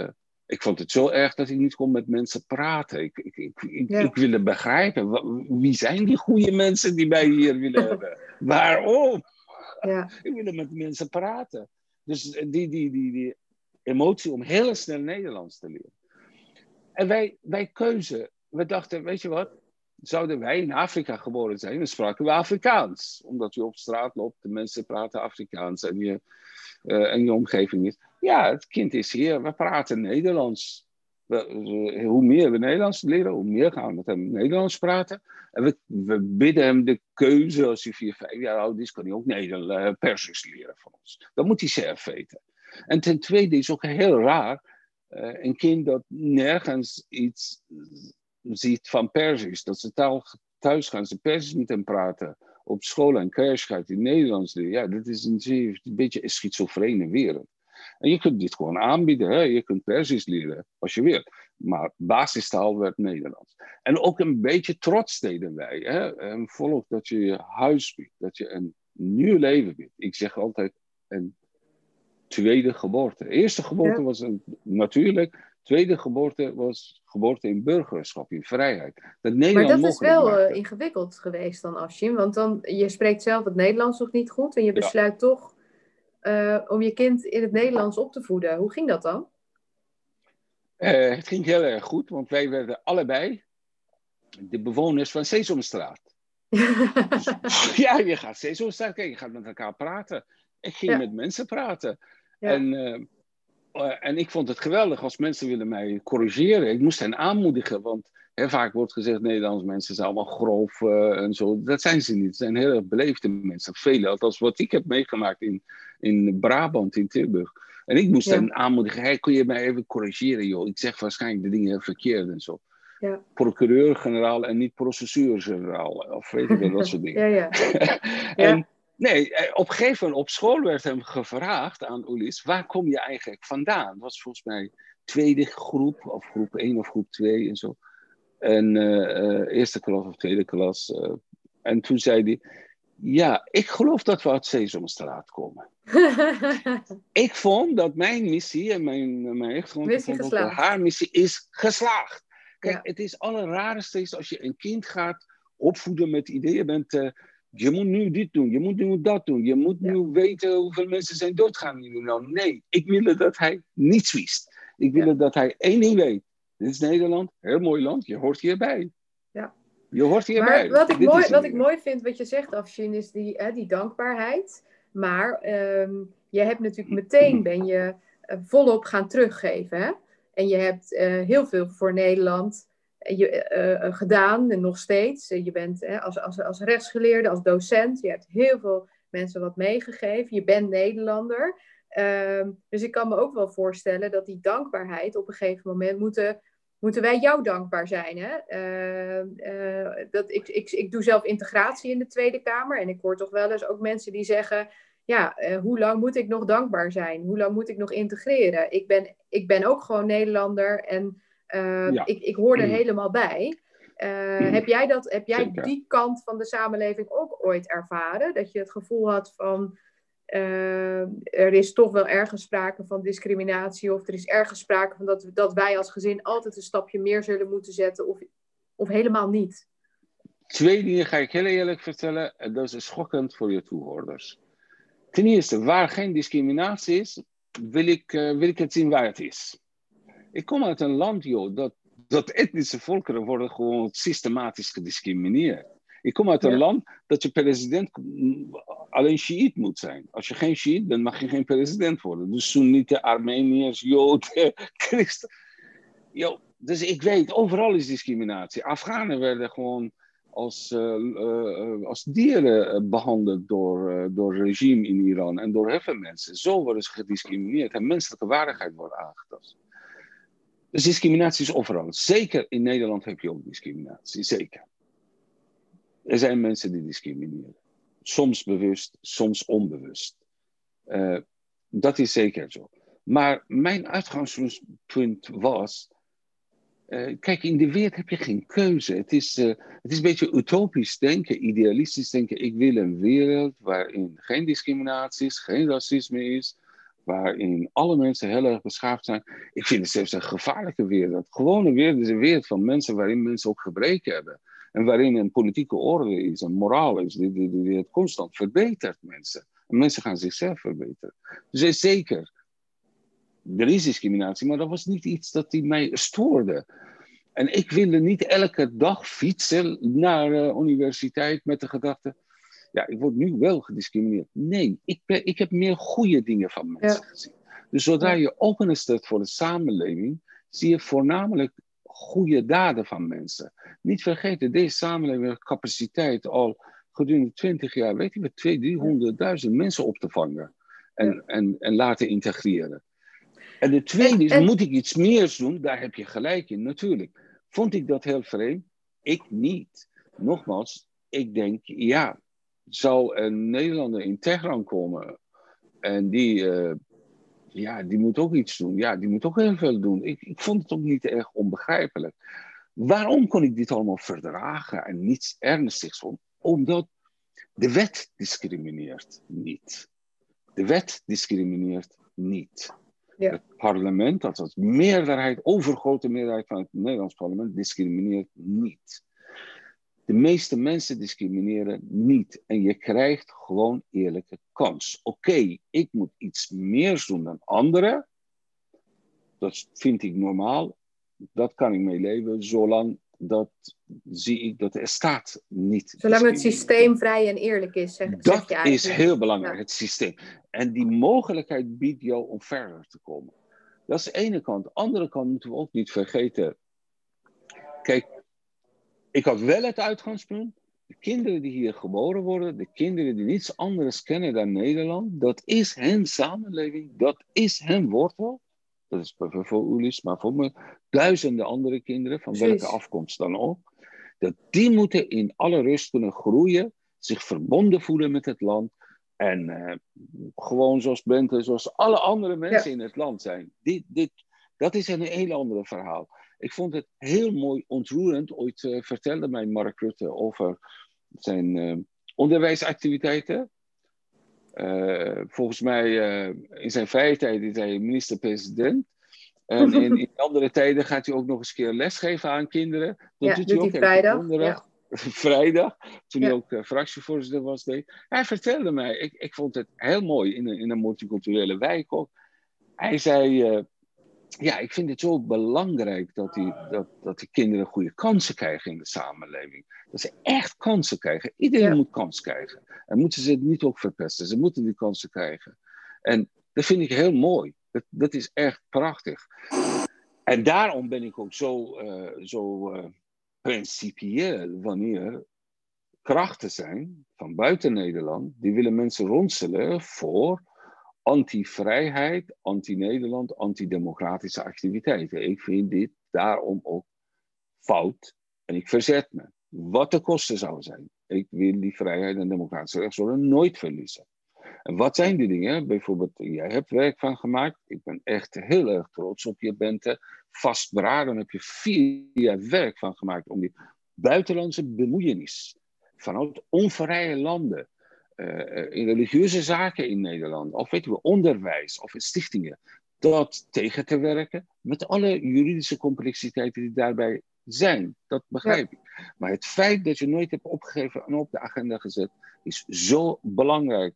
ik vond het zo erg dat ik niet kon met mensen praten. Ik, ik, ik, ik, Ja. ik wilde begrijpen, wie zijn die goede mensen die mij hier willen hebben? Waarom? Ja. Ik wilde met mensen praten. Dus die, die, die, die emotie om heel snel Nederlands te leren. En wij, wij keuze, we dachten, weet je wat? Zouden wij in Afrika geboren zijn, dan spraken we Afrikaans. Omdat je op straat loopt, de mensen praten Afrikaans en je, uh, en je omgeving is. Ja, het kind is hier, we praten Nederlands. We, we, hoe meer we Nederlands leren, hoe meer gaan we met hem Nederlands praten. En we, we bidden hem de keuze, als hij vier, vijf jaar oud is, kan hij ook Nederlands, uh, Persisch leren van ons. Dat moet hij zelf weten. En ten tweede is ook heel raar, uh, een kind dat nergens iets ziet van Persisch, dat ze taal, thuis gaan ze Persisch met hem praten. Op school en crash gaat hij Nederlands leren. Ja, dat is een, een beetje een schizofrene wereld. En je kunt dit gewoon aanbieden. Hè? Je kunt Persisch leren als je wilt. Maar basistaal werd Nederlands. En ook een beetje trots deden wij. Hè? Een volk dat je je huis biedt. Dat je een nieuw leven biedt. Ik zeg altijd een tweede geboorte. Eerste geboorte ja. was een, natuurlijk. Tweede geboorte was geboorte in burgerschap, in vrijheid. Dat Nederland maar dat is wel maakte. ingewikkeld geweest dan, Afshin. Want dan, je spreekt zelf het Nederlands nog niet goed. En je besluit ja. toch uh, om je kind in het Nederlands op te voeden. Hoe ging dat dan? Uh, het ging heel erg goed, want wij werden allebei de bewoners van Sesamstraat. Dus, ja, je gaat Sesamstraat kijken, je gaat met elkaar praten. Ik ging ja. met mensen praten. Ja. En, uh, uh, en ik vond het geweldig als mensen willen mij corrigeren. Ik moest hen aanmoedigen, want hè, vaak wordt gezegd Nederlandse mensen zijn allemaal grof uh, en zo. Dat zijn ze niet. Het zijn heel erg beleefde mensen. Vele, althans wat ik heb meegemaakt in, in Brabant, in Tilburg. En ik moest ja. hen aanmoedigen. Hey, kun je mij even corrigeren, joh? Ik zeg waarschijnlijk de dingen verkeerd en zo. Ja. Procureur-generaal en niet processeur-generaal. Of weet ik wel, dat soort dingen. Ja, ja. en, ja. Nee, op een gegeven moment op school werd hem gevraagd aan Ulis, waar kom je eigenlijk vandaan? Dat was volgens mij tweede groep, of groep één of groep twee en zo. En uh, uh, eerste klas of tweede klas. Uh, en toen zei hij, ja, ik geloof dat we uit Sesamstraat komen. Ik vond dat mijn missie en mijn, mijn echtgenoot vond dat haar missie is geslaagd. Kijk, ja. Het is allerrarste als je een kind gaat opvoeden met ideeën bent... Uh, je moet nu dit doen, je moet nu dat doen, je moet ja. nu weten hoeveel mensen zijn doodgaan. Nou, nee, ik wilde dat hij niets wist. Ik wilde ja. dat hij één ding weet. Dit is Nederland, heel mooi land, je hoort hierbij. Ja. Je hoort hierbij. Maar wat ik, mooi, wat ik mooi vind, wat je zegt, Afshin, is die, hè, die dankbaarheid. Maar um, je hebt natuurlijk meteen, ben je uh, volop gaan teruggeven. Hè? En je hebt uh, heel veel voor Nederland... Je, uh, uh, gedaan en nog steeds. Uh, je bent uh, als, als, als rechtsgeleerde, als docent. Je hebt heel veel mensen wat meegegeven. Je bent Nederlander. Uh, dus ik kan me ook wel voorstellen dat die dankbaarheid op een gegeven moment moeten, moeten wij jou dankbaar zijn. Hè? Uh, uh, dat ik, ik, ik doe zelf integratie in de Tweede Kamer. En ik hoor toch wel eens ook mensen die zeggen... Ja, uh, hoe lang moet ik nog dankbaar zijn? Hoe lang moet ik nog integreren? Ik ben, ik ben ook gewoon Nederlander en... Uh, ja. ik, ik hoor er mm. helemaal bij. Uh, mm. Heb jij, dat, heb jij die kant van de samenleving ook ooit ervaren? Dat je het gevoel had van... Uh, er is toch wel ergens sprake van discriminatie... of er is ergens sprake van dat, dat wij als gezin... altijd een stapje meer zullen moeten zetten... of, of helemaal niet? Twee dingen ga ik heel eerlijk vertellen. En dat is schokkend voor je toehoorders. Ten eerste, waar geen discriminatie is... wil ik, uh, wil ik het zien waar het is. Ik kom uit een land, joh, dat, dat etnische volkeren worden gewoon systematisch gediscrimineerd. Ik kom uit een ja. land dat je president alleen Shiït moet zijn. Als je geen Shiït bent, mag je geen president worden. Dus Soenieten, Armeniërs, Joden, Christen. Yo, dus ik weet, overal is discriminatie. Afghanen werden gewoon als, uh, uh, als dieren behandeld door, uh, door het regime in Iran en door heel veel mensen. Zo worden ze gediscrimineerd en menselijke waardigheid wordt aangetast. Dus discriminatie is overal. Zeker in Nederland heb je ook discriminatie. Zeker. Er zijn mensen die discrimineren. Soms bewust, soms onbewust. Uh, dat is zeker zo. Maar mijn uitgangspunt was... Uh, kijk, in de wereld heb je geen keuze. Het is, uh, het is een beetje utopisch denken, idealistisch denken. Ik wil een wereld waarin geen discriminatie is, geen racisme is... waarin alle mensen heel erg beschaafd zijn. Ik vind het zelfs een gevaarlijke wereld. Het gewone wereld is een wereld van mensen waarin mensen ook gebreken hebben. En waarin een politieke orde is, een moraal is, die, die, die, die het constant verbetert mensen. En mensen gaan zichzelf verbeteren. Dus is zeker, er is discriminatie, maar dat was niet iets dat die mij stoorde. En ik wilde niet elke dag fietsen naar de uh, universiteit met de gedachte, ja, ik word nu wel gediscrimineerd. Nee, ik, ben, ik heb meer goede dingen van mensen ja. gezien. Dus zodra ja. je open staat voor de samenleving, zie je voornamelijk goede daden van mensen. Niet vergeten, deze samenleving heeft capaciteit al gedurende twintig jaar, weet je, met tweehonderdduizend, driehonderdduizend mensen op te vangen en, ja. en, en laten integreren. En de tweede is, en, en... moet ik iets meer doen? Daar heb je gelijk in, natuurlijk. Vond ik dat heel vreemd? Ik niet. Nogmaals, ik denk, ja, zou een Nederlander in Teheran komen en die, uh, ja, die moet ook iets doen. Ja, die moet ook heel veel doen. Ik, ik vond het ook niet erg onbegrijpelijk. Waarom kon ik dit allemaal verdragen en niets ernstigs vond? Omdat de wet discrimineert niet. De wet discrimineert niet. Ja. Het parlement, dat is de meerderheid, overgrote meerderheid van het Nederlands parlement, discrimineert niet. De meeste mensen discrimineren niet. En je krijgt gewoon eerlijke kans. Oké, okay, ik moet iets meer doen dan anderen. Dat vind ik normaal. Dat kan ik mee leven, zolang dat zie ik dat de staat niet. Zolang het systeem vrij en eerlijk is, zeg, dat zeg je eigenlijk. is heel belangrijk, ja. het systeem. En die mogelijkheid biedt jou om verder te komen. Dat is de ene kant. De andere kant moeten we ook niet vergeten. Kijk, ik had wel het uitgangspunt. De kinderen die hier geboren worden, de kinderen die niets anders kennen dan Nederland, dat is hun samenleving, dat is hun wortel. Dat is voor Ulis, maar voor me duizenden andere kinderen, van Precies. welke afkomst dan ook. Dat die moeten in alle rust kunnen groeien, zich verbonden voelen met het land. En uh, gewoon zoals Bente, zoals alle andere mensen ja. in het land zijn. Dit, dit, dat is een heel ander verhaal. Ik vond het heel mooi ontroerend. Ooit uh, vertelde mij Mark Rutte over zijn uh, onderwijsactiviteiten. Uh, volgens mij uh, in zijn vrije tijd is hij minister-president. En in, in andere tijden gaat hij ook nog eens een keer lesgeven aan kinderen. Dat ja, doet hij ook hij vrijdag. Ja. Vrijdag, toen ja. hij ook uh, fractievoorzitter was. Deed. Hij vertelde mij, ik, ik vond het heel mooi in een, in een multiculturele wijk ook. Hij zei, uh, ja, ik vind het zo belangrijk dat die, dat, dat die kinderen goede kansen krijgen in de samenleving. Dat ze echt kansen krijgen. Iedereen ja. moet kans krijgen. En moeten ze het niet ook verpesten. Ze moeten die kansen krijgen. En dat vind ik heel mooi. Dat, dat is echt prachtig. En daarom ben ik ook zo, uh, zo uh, principieel wanneer krachten zijn van buiten Nederland. Die willen mensen ronselen voor anti-vrijheid, anti-Nederland, anti-democratische activiteiten. Ik vind dit daarom ook fout. En ik verzet me. Wat de kosten zouden zijn. Ik wil die vrijheid en democratische rechtsorde nooit verliezen. En wat zijn die dingen? Bijvoorbeeld, jij hebt werk van gemaakt. Ik ben echt heel erg trots op je, Bente. Vastberaden heb je vier jaar werk van gemaakt om die buitenlandse bemoeienis vanuit onvrije landen, uh, in religieuze zaken in Nederland, of weet je, onderwijs of in stichtingen, dat tegen te werken met alle juridische complexiteiten die daarbij zijn. Dat begrijp ja. ik. Maar het feit dat je nooit hebt opgegeven en op de agenda gezet, is zo belangrijk.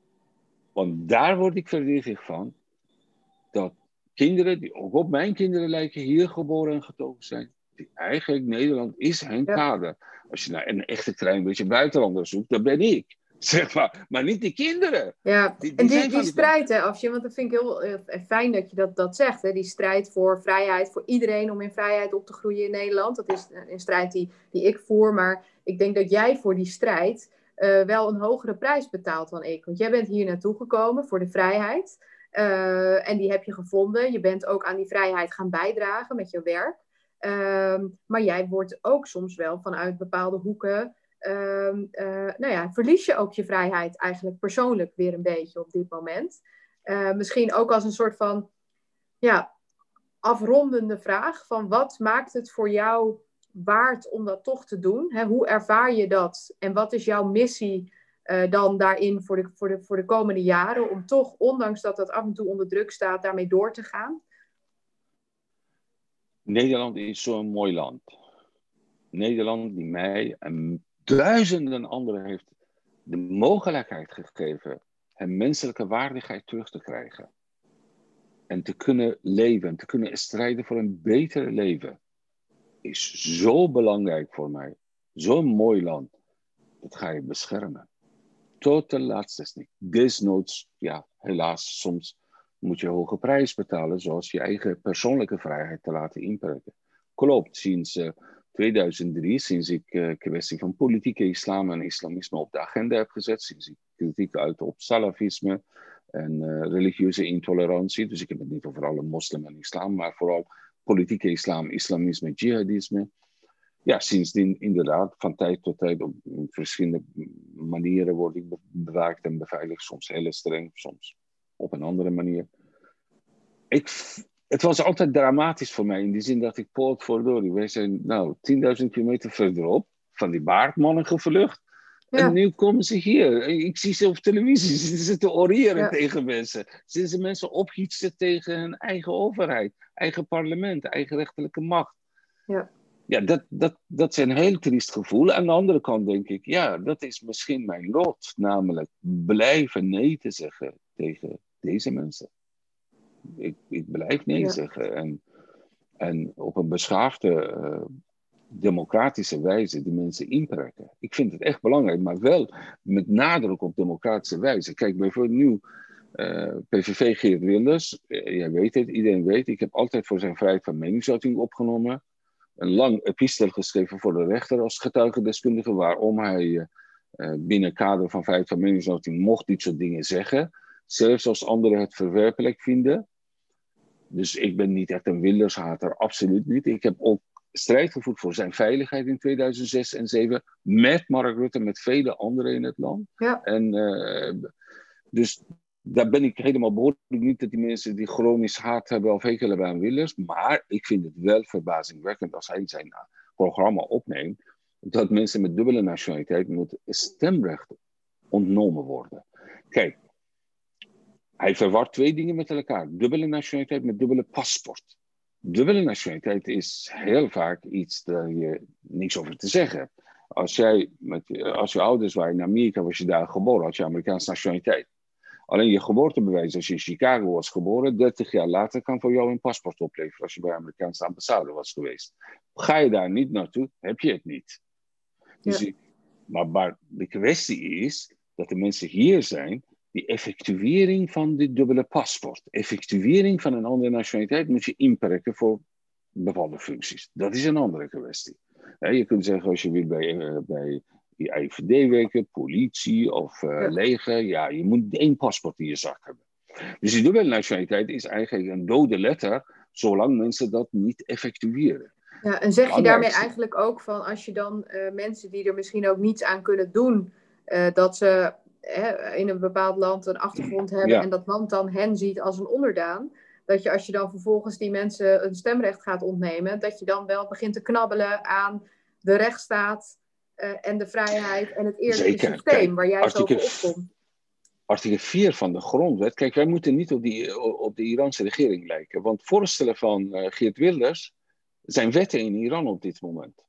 Want daar word ik verdrietig van, dat kinderen, die ook op mijn kinderen lijken, hier geboren en getogen zijn, die eigenlijk Nederland is hun ja. kader. Als je naar een echte klein beetje buitenlander zoekt, dan ben ik. Zeg maar, maar niet die kinderen. Ja, die, die en die, die strijd, hè, Afsje, want dat vind ik heel uh, fijn dat je dat, dat zegt. Hè, die strijd voor vrijheid, voor iedereen om in vrijheid op te groeien in Nederland. Dat is een strijd die, die ik voer, maar ik denk dat jij voor die strijd uh, wel een hogere prijs betaalt dan ik. Want jij bent hier naartoe gekomen voor de vrijheid. Uh, en die heb je gevonden. Je bent ook aan die vrijheid gaan bijdragen met je werk. Uh, maar jij wordt ook soms wel vanuit bepaalde hoeken... Uh, uh, nou ja, verlies je ook je vrijheid eigenlijk persoonlijk weer een beetje op dit moment. Uh, misschien ook als een soort van ja, afrondende vraag van wat maakt het voor jou waard om dat toch te doen? Hè, hoe ervaar je dat? En wat is jouw missie uh, dan daarin voor de, voor, de, voor de komende jaren, om toch, ondanks dat dat af en toe onder druk staat, daarmee door te gaan? Nederland is zo'n mooi land. Nederland die mij en duizenden anderen heeft de mogelijkheid gegeven hun menselijke waardigheid terug te krijgen. En te kunnen leven, en te kunnen strijden voor een beter leven. Is zo belangrijk voor mij. Zo'n mooi land. Dat ga je beschermen. Tot de laatste snik. Desnoods, ja, helaas, soms moet je hoge prijs betalen, zoals je eigen persoonlijke vrijheid te laten inperken. Klopt, sinds uh, tweeduizend drie, sinds ik uh, kwestie van politieke islam en islamisme op de agenda heb gezet, sinds ik kritiek uit op salafisme en uh, religieuze intolerantie, dus ik heb het niet over alle moslim en islam, maar vooral politieke islam, islamisme, jihadisme. Ja, sindsdien inderdaad, van tijd tot tijd op verschillende manieren word ik bewaakt en beveiligd. Soms heel streng, soms op een andere manier. Ik, het was altijd dramatisch voor mij, in die zin dat ik, potverdorie, wij zijn nou tienduizend kilometer verderop, van die baardmannen gevlucht. Ja. En nu komen ze hier. Ik zie ze op televisie, ze zitten oreren ja. tegen mensen. Ze zijn mensen ophitsen tegen hun eigen overheid, eigen parlement, eigen rechterlijke macht. Ja. Ja, dat, dat, dat is een heel triest gevoel. Aan de andere kant denk ik, ja, dat is misschien mijn lot. Namelijk blijven nee te zeggen tegen deze mensen. Ik, ik blijf nee ja. zeggen. En, en op een beschaafde, uh, democratische wijze die mensen inperken. Ik vind het echt belangrijk, maar wel met nadruk op democratische wijze. Kijk, bijvoorbeeld nu, uh, P V V Geert Wilders, uh, jij weet het, iedereen weet, ik heb altijd voor zijn vrijheid van meningsuiting opgenomen. Een lang epistel geschreven voor de rechter als getuigendeskundige, waarom hij uh, binnen het kader van vrijheid van meningsuiting mocht dit soort dingen zeggen, zelfs als anderen het verwerpelijk vinden. Dus ik ben niet echt een Wildershater, absoluut niet. Ik heb ook strijd gevoerd voor zijn veiligheid in tweeduizend zes en tweeduizend zeven, met Mark Rutte, met vele anderen in het land. Ja. En, uh, dus daar ben ik helemaal behoorlijk niet dat die mensen die chronisch haat hebben of hekel hebben aan Wilders. Maar ik vind het wel verbazingwekkend als hij zijn programma opneemt, dat mensen met dubbele nationaliteit met stemrecht ontnomen worden. Kijk, hij verwart twee dingen met elkaar. Dubbele nationaliteit met dubbele paspoort. Dubbele nationaliteit is heel vaak iets daar je niks over te zeggen hebt. Als, jij met, als je ouders waren in Amerika, was je daar geboren, had je Amerikaanse nationaliteit. Alleen je geboortebewijs, als je in Chicago was geboren, dertig jaar later kan voor jou een paspoort opleveren als je bij de Amerikaanse ambassade was geweest. Ga je daar niet naartoe, heb je het niet. Dus ja. je, maar, maar de kwestie is dat de mensen hier zijn, die effectuering van dit dubbele paspoort, effectuering van een andere nationaliteit moet je inperken voor bepaalde functies. Dat is een andere kwestie. Ja, je kunt zeggen als je wil bij, uh, bij die I V D werken, politie of uh, ja. leger, ja, je moet één paspoort in je zak hebben. Dus die dubbele nationaliteit is eigenlijk een dode letter, zolang mensen dat niet effectueren. Ja, en zeg je daarmee eigenlijk ook van, als je dan uh, mensen die er misschien ook niets aan kunnen doen, uh, dat ze uh, in een bepaald land een achtergrond hebben ja. en dat land dan hen ziet als een onderdaan, dat je als je dan vervolgens die mensen een stemrecht gaat ontnemen, dat je dan wel begint te knabbelen aan de rechtsstaat uh, en de vrijheid en het eerlijke Zeker. systeem Kijk, waar jij zo voor opkomt. Artikel vier van de grondwet. Kijk, wij moeten niet op, die, op de Iraanse regering lijken. Want voorstellen van uh, Geert Wilders zijn wetten in Iran op dit moment.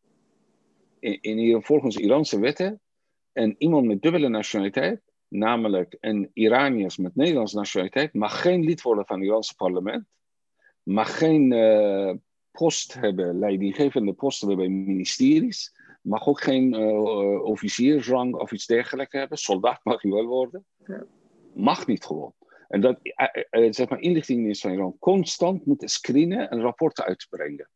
In, in, volgens Iraanse wetten. En iemand met dubbele nationaliteit, namelijk een Iraniërs met Nederlandse nationaliteit, mag geen lid worden van het Iraanse parlement. Mag geen uh, post hebben, leidinggevende posten hebben in ministeries. Mag ook geen uh, officiersrang of iets dergelijks hebben. Soldaat mag je wel worden. Ja. Mag niet gewoon. En dat uh, uh, zeg maar, inlichtingendienst van Iran constant moeten screenen en rapporten uitbrengen.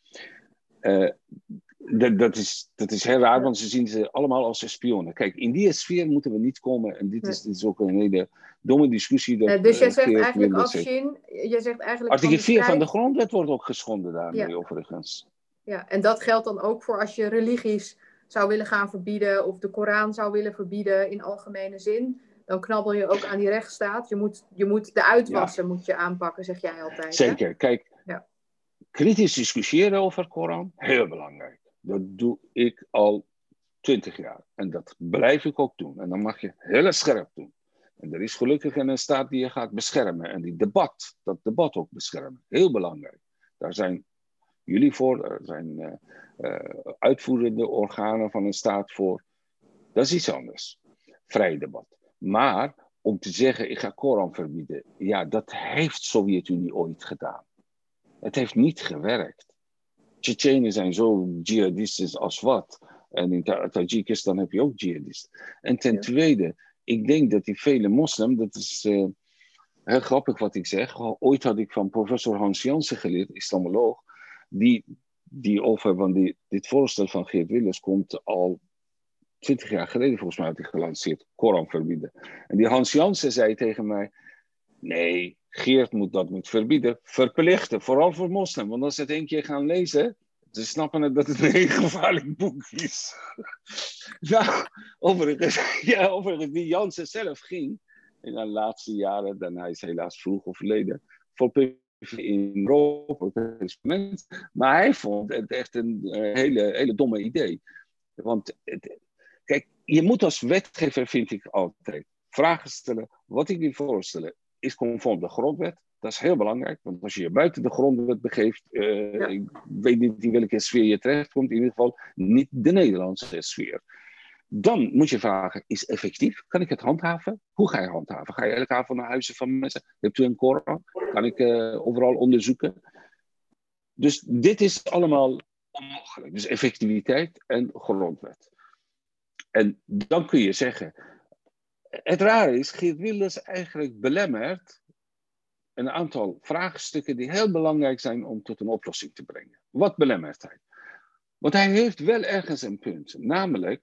Uh, dat, dat, is, dat is heel raar, want ze zien ze allemaal als spionnen. Kijk, in die sfeer moeten we niet komen. En dit, is, dit is ook een hele domme discussie. Dat, uh, dus jij zegt uh, eigenlijk, Afshin, jij zegt eigenlijk... Artikel vier van, strijd... van de grondwet wordt ook geschonden daarmee, ja. overigens. Ja, en dat geldt dan ook voor als je religies zou willen gaan verbieden of de Koran zou willen verbieden in algemene zin. Dan knabbel je ook aan die rechtsstaat. Je moet, je moet de uitwassen ja. moet je aanpakken, zeg jij altijd. Zeker. Hè? Kijk, ja. kritisch discussiëren over de Koran, heel belangrijk. Dat doe ik al twintig jaar. En dat blijf ik ook doen. En dan mag je heel scherp doen. En er is gelukkig een staat die je gaat beschermen. En die debat, dat debat ook beschermen. Heel belangrijk. Daar zijn jullie voor. Er zijn uh, uh, uitvoerende organen van een staat voor. Dat is iets anders. Vrij debat. Maar om te zeggen, ik ga Koran verbieden. Ja, dat heeft Sovjet-Unie ooit gedaan. Het heeft niet gewerkt. Tsjetsjenen zijn zo jihadistisch als wat. En in Tajikistan heb je ook jihadisten. En ten ja. tweede, ik denk dat die vele moslims, dat is uh, heel grappig wat ik zeg. Ooit had ik van professor Hans Jansen geleerd, islamoloog, die, die over, want die, dit voorstel van Geert Wilders komt al twintig jaar geleden volgens mij had hij gelanceerd, Koran verbieden. En die Hans Jansen zei tegen mij, nee, Geert moet dat niet verbieden, verplichten, vooral voor moslims. Want als ze het één keer gaan lezen, ze snappen het dat het een heel gevaarlijk boek is. Nou, overigens, ja, overigens, die Jansen zelf ging in de laatste jaren, dan hij is helaas vroeg overleden, voor P V in Europa, maar hij vond het echt een uh, hele, hele domme idee. Want, het, kijk, je moet als wetgever, vind ik altijd, vragen stellen, wat ik wil voorstellen, is conform de grondwet. Dat is heel belangrijk, want als je je buiten de grondwet begeeft, uh, ja. ik weet niet in welke sfeer je terechtkomt, in ieder geval niet de Nederlandse sfeer. Dan moet je vragen, is het effectief? Kan ik het handhaven? Hoe ga je handhaven? Ga je elke avond naar huizen van mensen? Hebt u een Koran? Kan ik uh, overal onderzoeken? Dus dit is allemaal onmogelijk. Dus effectiviteit en grondwet. En dan kun je zeggen, het rare is, Geert Wilders eigenlijk belemmert een aantal vraagstukken die heel belangrijk zijn om tot een oplossing te brengen. Wat belemmert hij? Want hij heeft wel ergens een punt, namelijk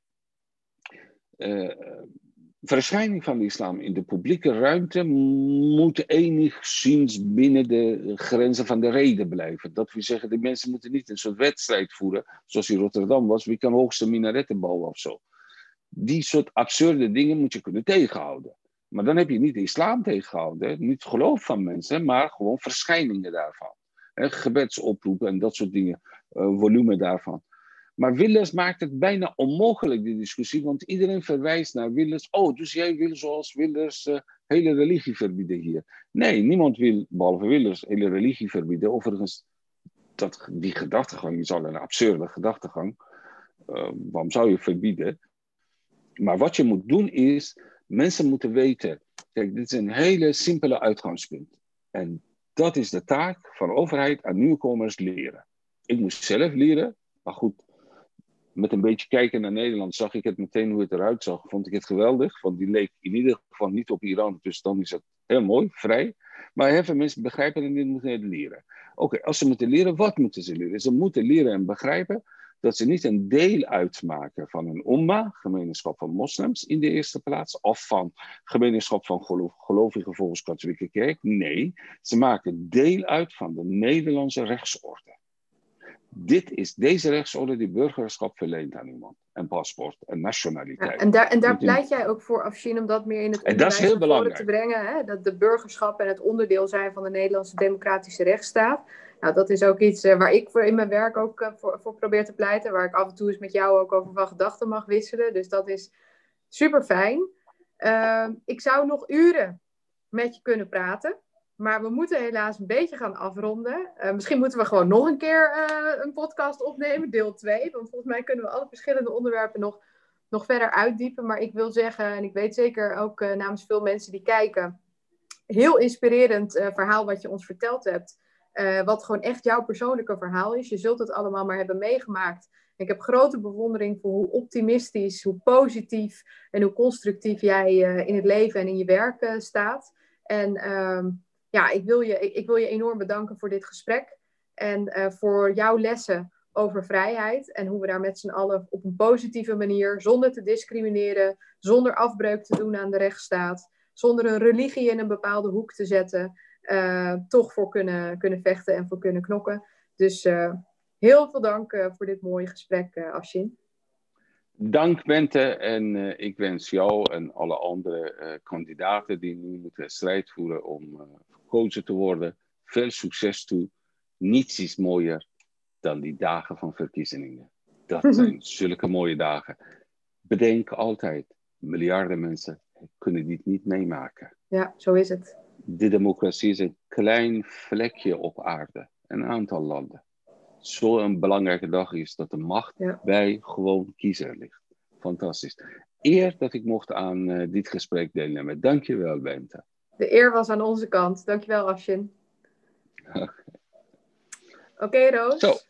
uh, verschijning van de islam in de publieke ruimte moet enigszins binnen de grenzen van de reden blijven. Dat wil zeggen, de mensen moeten niet een soort wedstrijd voeren, zoals in Rotterdam was, wie kan hoogste minaretten bouwen of zo. Die soort absurde dingen moet je kunnen tegenhouden. Maar dan heb je niet de islam tegengehouden, niet het geloof van mensen, maar gewoon verschijningen daarvan. He, gebedsoproepen en dat soort dingen, uh, volume daarvan. Maar Wilders maakt het bijna onmogelijk, die discussie, want iedereen verwijst naar Wilders. Oh, dus jij wil zoals Wilders uh, hele religie verbieden hier. Nee, niemand wil, behalve Wilders, hele religie verbieden. Overigens, dat, die gedachtegang is al een absurde gedachtegang. Uh, waarom zou je verbieden? Maar wat je moet doen is, mensen moeten weten, kijk, dit is een hele simpele uitgangspunt. En dat is de taak van de overheid aan nieuwkomers leren. Ik moest zelf leren, maar goed, met een beetje kijken naar Nederland zag ik het meteen hoe het eruit zag. Vond ik het geweldig, want die leek in ieder geval niet op Iran, dus dan is het heel mooi, vrij. Maar heel veel mensen begrijpen en dit moeten het leren. Oké, okay, als ze moeten leren, wat moeten ze leren? Ze moeten leren en begrijpen dat ze niet een deel uitmaken van een umma, gemeenschap van moslims in de eerste plaats, of van gemeenschap van geloof, gelovigen volgens katholieke kerk. Nee, ze maken deel uit van de Nederlandse rechtsorde. Dit is deze rechtsorde die burgerschap verleent aan iemand. En paspoort en nationaliteit. Ja, en daar, en daar pleit jij ook voor, Afshin, om dat meer in het onderwijs naar voren te brengen. Hè? Dat de burgerschap en het onderdeel zijn van de Nederlandse democratische rechtsstaat. Nou, dat is ook iets uh, waar ik voor in mijn werk ook uh, voor, voor probeer te pleiten. Waar ik af en toe eens met jou ook over van gedachten mag wisselen. Dus dat is super fijn. Uh, ik zou nog uren met je kunnen praten. Maar we moeten helaas een beetje gaan afronden. Uh, misschien moeten we gewoon nog een keer uh, een podcast opnemen, deel twee. Want volgens mij kunnen we alle verschillende onderwerpen nog, nog verder uitdiepen. Maar ik wil zeggen, en ik weet zeker ook uh, namens veel mensen die kijken, heel inspirerend uh, verhaal wat je ons verteld hebt. Uh, wat gewoon echt jouw persoonlijke verhaal is. Je zult het allemaal maar hebben meegemaakt. Ik heb grote bewondering voor hoe optimistisch, hoe positief en hoe constructief jij uh, in het leven en in je werk uh, staat. En uh, ja, ik wil, je, ik, ik wil je enorm bedanken voor dit gesprek. En uh, voor jouw lessen over vrijheid. En hoe we daar met z'n allen op een positieve manier, zonder te discrimineren, zonder afbreuk te doen aan de rechtsstaat, zonder een religie in een bepaalde hoek te zetten, uh, toch voor kunnen, kunnen vechten en voor kunnen knokken. Dus uh, heel veel dank uh, voor dit mooie gesprek, uh, Afshin. Dank, Bente. En uh, ik wens jou en alle andere uh, kandidaten die nu moeten strijd voeren om uh, verkozen te worden, veel succes toe. Niets is mooier dan die dagen van verkiezingen. Dat zijn zulke mooie dagen. bedenk altijd, miljarden mensen kunnen dit niet meemaken. Ja, zo is het. De democratie is een klein vlekje op aarde, een aantal landen. Zo'n belangrijke dag is dat de macht ja. bij gewoon kiezer ligt. Fantastisch. Eer dat ik mocht aan uh, dit gesprek deelnemen. Dankjewel, Bente. De eer was aan onze kant. Dankjewel, Afshin. Oké, okay, Roos. Zo.